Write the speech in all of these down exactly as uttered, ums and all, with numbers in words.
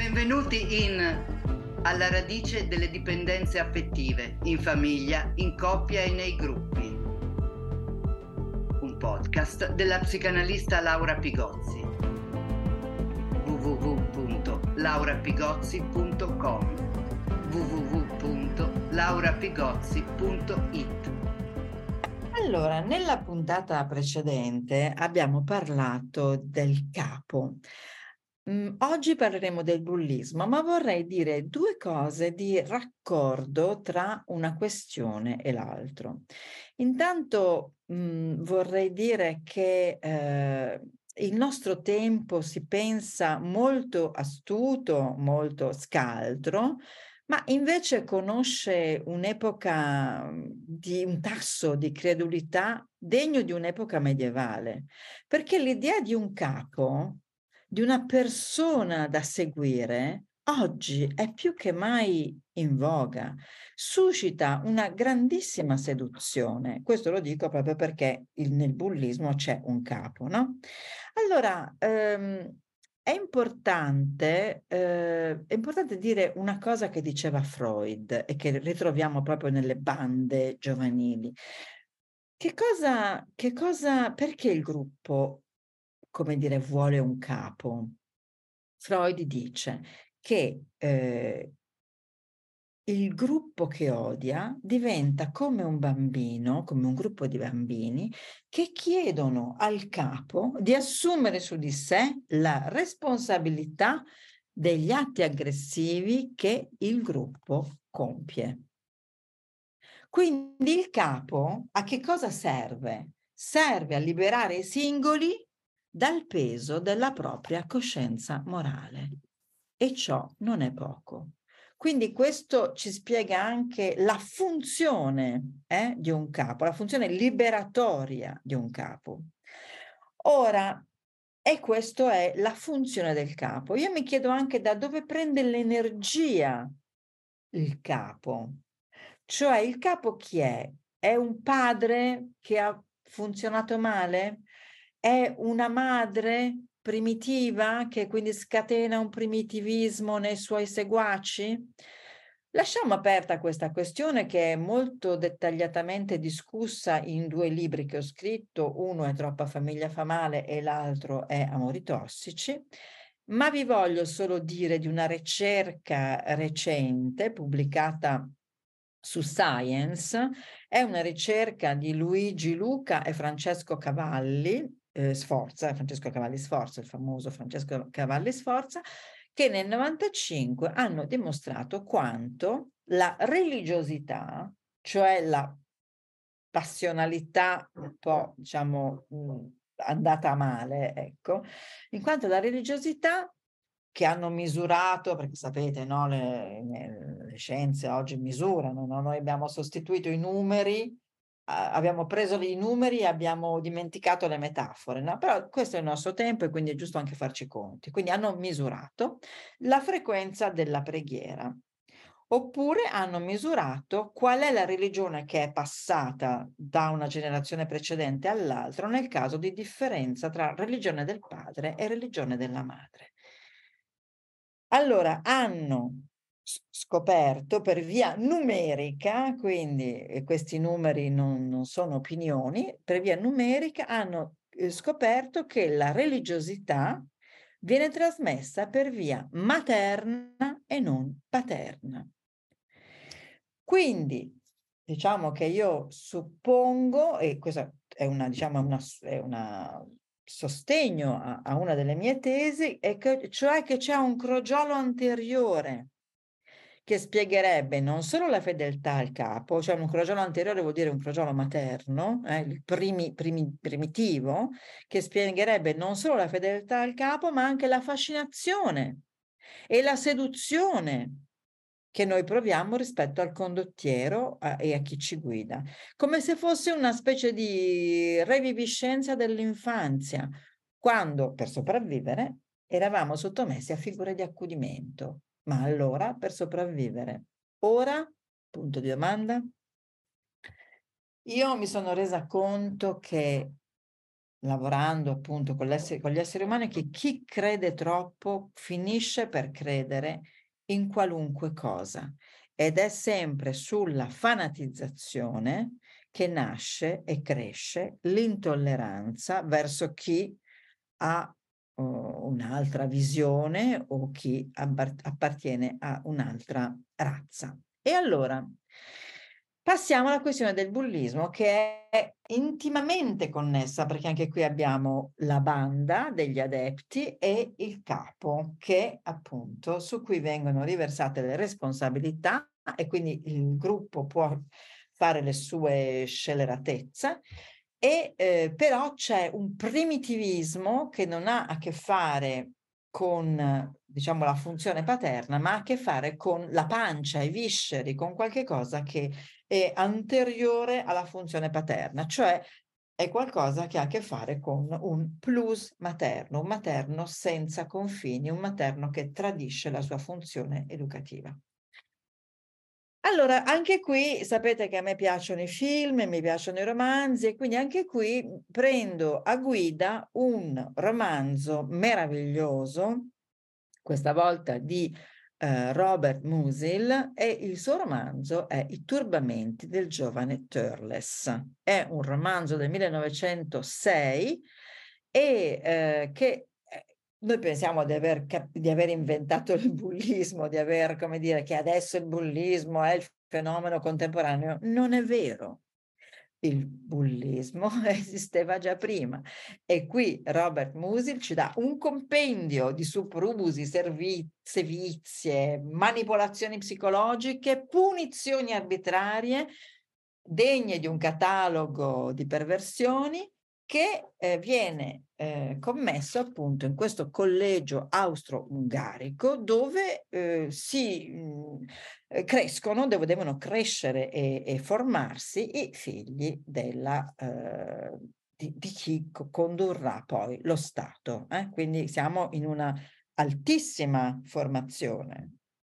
Benvenuti in Alla radice delle dipendenze affettive, in famiglia, in coppia e nei gruppi. Un podcast della psicanalista Laura Pigozzi. w w w punto laura pigozzi punto com w w w punto laura pigozzi punto i t. Allora, nella puntata precedente abbiamo parlato del capo. Mm, oggi parleremo del bullismo, ma vorrei dire due cose di raccordo tra una questione e l'altro. Intanto mm, vorrei dire che eh, il nostro tempo si pensa molto astuto, molto scaltro, ma invece conosce un'epoca di un tasso di credulità degno di un'epoca medievale, perché l'idea di un capo, di una persona da seguire, oggi è più che mai in voga, suscita una grandissima seduzione. Questo lo dico proprio perché il, nel bullismo c'è un capo, no? Allora, ehm, è importante, eh, è importante dire una cosa che diceva Freud e che ritroviamo proprio nelle bande giovanili. Che cosa, che cosa, perché il gruppo, come dire, vuole un capo? Freud dice che eh, il gruppo che odia diventa come un bambino, come un gruppo di bambini che chiedono al capo di assumere su di sé la responsabilità degli atti aggressivi che il gruppo compie. Quindi il capo a che cosa serve? Serve a liberare i singoli dal peso della propria coscienza morale. E ciò non è poco. Quindi questo ci spiega anche la funzione eh, di un capo, la funzione liberatoria di un capo. Ora, e questa è la funzione del capo. Io mi chiedo anche da dove prende l'energia il capo. Cioè il capo chi è? È un padre che ha funzionato male? È una madre primitiva che quindi scatena un primitivismo nei suoi seguaci? Lasciamo aperta questa questione che è molto dettagliatamente discussa in due libri che ho scritto, uno è Troppa famiglia fa male e l'altro è Amori tossici, ma vi voglio solo dire di una ricerca recente pubblicata su Science, è una ricerca di Luigi Luca e Francesco Cavalli, eh, Sforza, Francesco Cavalli Sforza, il famoso Francesco Cavalli Sforza, che nel novantacinque hanno dimostrato quanto la religiosità, cioè la passionalità un po', diciamo, mh, andata a male, ecco, in quanto la religiosità che hanno misurato, perché sapete, no, le, le scienze oggi misurano, no? Noi abbiamo sostituito i numeri, abbiamo preso i numeri e abbiamo dimenticato le metafore, no? Però questo è il nostro tempo e quindi è giusto anche farci conti. Quindi hanno misurato la frequenza della preghiera. Oppure hanno misurato qual è la religione che è passata da una generazione precedente all'altra nel caso di differenza tra religione del padre e religione della madre. Allora hanno scoperto per via numerica, quindi questi numeri non, non sono opinioni, per via numerica hanno eh, scoperto che la religiosità viene trasmessa per via materna e non paterna. Quindi diciamo che io suppongo, e questo è una, diciamo, una, è una sostegno a, a una delle mie tesi, è che, cioè che c'è un crogiolo anteriore che spiegherebbe non solo la fedeltà al capo, cioè un crogiolo anteriore vuol dire un crogiolo materno, eh, il primi, primi, primitivo, che spiegherebbe non solo la fedeltà al capo, ma anche la fascinazione e la seduzione che noi proviamo rispetto al condottiero a, e a chi ci guida, come se fosse una specie di reviviscenza dell'infanzia, quando per sopravvivere eravamo sottomessi a figure di accudimento. Ma allora per sopravvivere, ora, punto di domanda, io mi sono resa conto che lavorando appunto con l'essere con gli esseri umani, che chi crede troppo finisce per credere in qualunque cosa, ed è sempre sulla fanatizzazione che nasce e cresce l'intolleranza verso chi ha uh, un'altra visione o chi abbart- appartiene a un'altra razza. E allora passiamo alla questione del bullismo, che è intimamente connessa, perché anche qui abbiamo la banda degli adepti e il capo, che appunto su cui vengono riversate le responsabilità, e quindi il gruppo può fare le sue scelleratezze, e eh, però c'è un primitivismo che non ha a che fare con, diciamo, la funzione paterna, ma ha a che fare con la pancia, i visceri, con qualche cosa che è anteriore alla funzione paterna, cioè è qualcosa che ha a che fare con un plus materno, un materno senza confini, un materno che tradisce la sua funzione educativa. Allora, anche qui sapete che a me piacciono i film, mi piacciono i romanzi, e quindi anche qui prendo a guida un romanzo meraviglioso, questa volta di eh, Robert Musil, e il suo romanzo è I turbamenti del giovane Turles. È un romanzo del millenovecentosei e eh, che eh, noi pensiamo di aver, cap- di aver inventato il bullismo, di aver, come dire, che adesso il bullismo è il fenomeno contemporaneo. Non è vero. Il bullismo esisteva già prima, e qui Robert Musil ci dà un compendio di soprusi, servi- sevizie, manipolazioni psicologiche, punizioni arbitrarie degne di un catalogo di perversioni, che eh, viene eh, commesso appunto in questo collegio austro-ungarico, dove eh, si mh, eh, crescono, dove devono crescere e, e formarsi i figli della, eh, di, di chi co- condurrà poi lo Stato. Eh? Quindi siamo in una altissima formazione.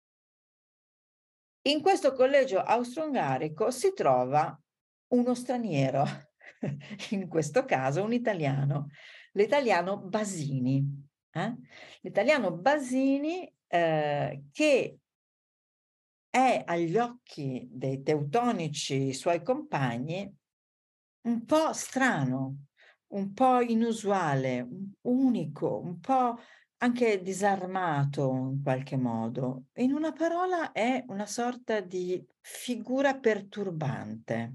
In questo collegio austro-ungarico si trova uno straniero, in questo caso un italiano, l'italiano Basini. eh? L'italiano Basini eh, che è agli occhi dei teutonici suoi compagni un po' strano, un po' inusuale, un- unico, un po' anche disarmato in qualche modo. In una parola è una sorta di figura perturbante.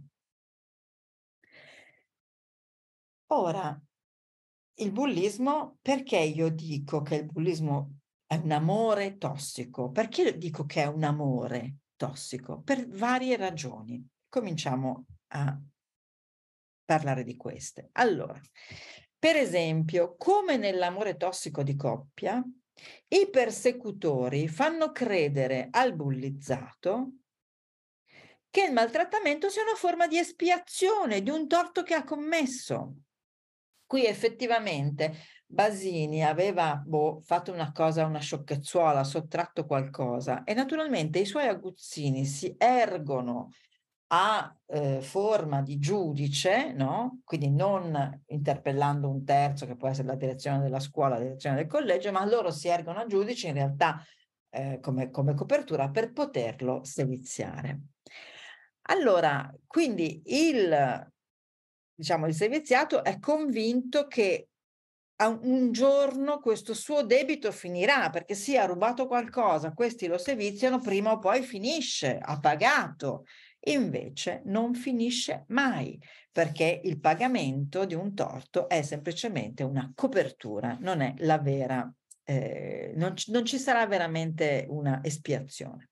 Ora, il bullismo, perché io dico che il bullismo è un amore tossico? Perché dico che è un amore tossico? Per varie ragioni. Cominciamo a parlare di queste. Allora, per esempio, come nell'amore tossico di coppia, i persecutori fanno credere al bullizzato che il maltrattamento sia una forma di espiazione di un torto che ha commesso. Qui effettivamente Basini aveva boh, fatto una cosa, una sciocchezzuola, sottratto qualcosa, e naturalmente i suoi aguzzini si ergono a eh, forma di giudice, no? Quindi non interpellando un terzo, che può essere la direzione della scuola, la direzione del collegio, ma loro si ergono a giudice in realtà eh, come, come copertura per poterlo seviziare. Allora, quindi il, diciamo, il seviziato è convinto che a un giorno questo suo debito finirà, perché sì, ha rubato qualcosa, questi lo seviziano, prima o poi finisce, ha pagato. Invece non finisce mai, perché il pagamento di un torto è semplicemente una copertura, non è la vera, eh, non, ci, non ci sarà veramente una espiazione.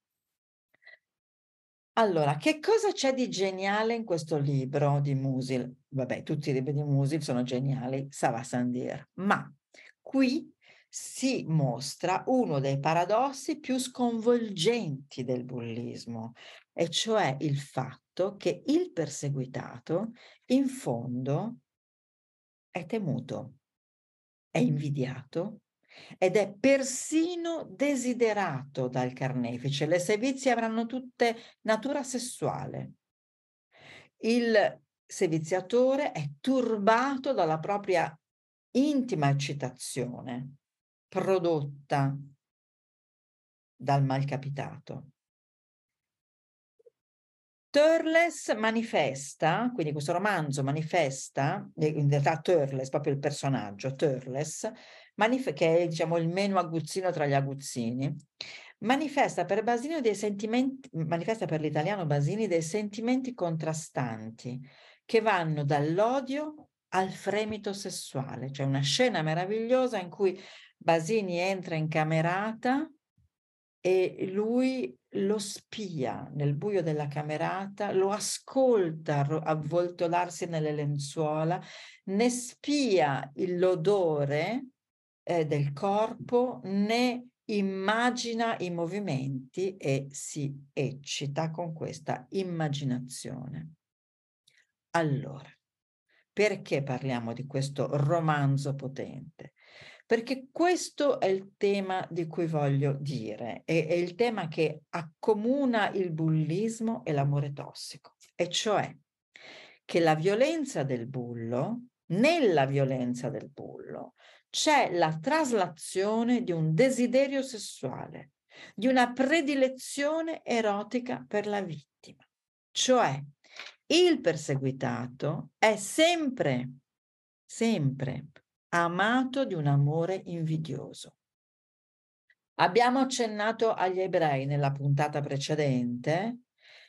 Allora, che cosa c'è di geniale in questo libro di Musil? Vabbè, tutti i libri di Musil sono geniali, ça va sans dire, ma qui si mostra uno dei paradossi più sconvolgenti del bullismo, e cioè il fatto che il perseguitato in fondo è temuto, è invidiato ed è persino desiderato dal carnefice. Le sevizie avranno tutte natura sessuale. Il seviziatore è turbato dalla propria intima eccitazione prodotta dal malcapitato. Thurles manifesta, quindi questo romanzo manifesta, in realtà Thurles, proprio il personaggio, Thurles, manif- che è diciamo il meno aguzzino tra gli aguzzini, manifesta per Basini dei sentimenti, manifesta per l'italiano Basini dei sentimenti contrastanti che vanno dall'odio al fremito sessuale. C'è una scena meravigliosa in cui Basini entra in camerata e lui lo spia nel buio della camerata, lo ascolta avvoltolarsi nelle lenzuola, ne spia l'odore eh, del corpo, ne immagina i movimenti e si eccita con questa immaginazione. Allora, perché parliamo di questo romanzo potente? Perché questo è il tema di cui voglio dire, è, è il tema che accomuna il bullismo e l'amore tossico, e cioè che la violenza del bullo, nella violenza del bullo, c'è la traslazione di un desiderio sessuale, di una predilezione erotica per la vittima, cioè il perseguitato è sempre, sempre amato di un amore invidioso. Abbiamo accennato agli ebrei nella puntata precedente.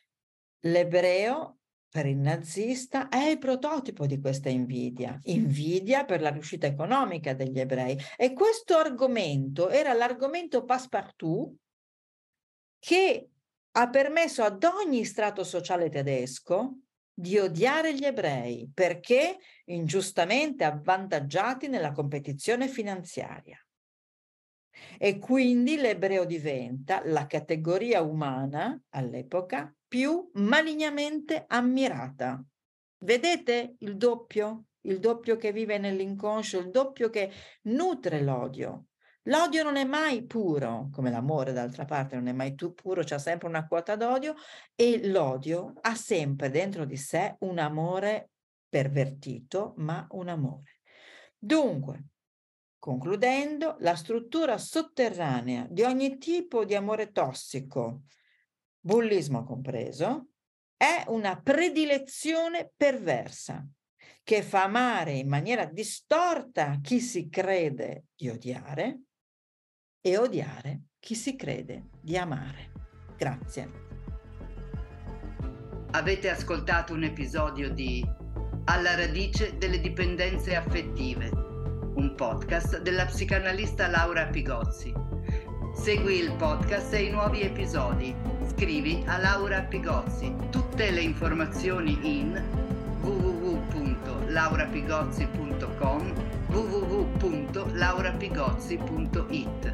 L'ebreo, per il nazista, è il prototipo di questa invidia, invidia per la riuscita economica degli ebrei. E questo argomento era l'argomento passepartout che ha permesso ad ogni strato sociale tedesco di odiare gli ebrei perché ingiustamente avvantaggiati nella competizione finanziaria. E quindi l'ebreo diventa la categoria umana all'epoca più malignamente ammirata. Vedete il doppio? Il doppio che vive nell'inconscio, il doppio che nutre l'odio. L'odio non è mai puro, come l'amore d'altra parte non è mai tu puro, c'è sempre una quota d'odio, e l'odio ha sempre dentro di sé un amore pervertito, ma un amore. Dunque, concludendo, la struttura sotterranea di ogni tipo di amore tossico, bullismo compreso, è una predilezione perversa che fa amare in maniera distorta chi si crede di odiare e odiare chi si crede di amare. Grazie. Avete ascoltato un episodio di Alla radice delle dipendenze affettive, un podcast della psicanalista Laura Pigozzi. Segui il podcast e i nuovi episodi. Scrivi a Laura Pigozzi. Tutte le informazioni in w w w punto laura pigozzi punto com, w w w punto laura pigozzi punto it.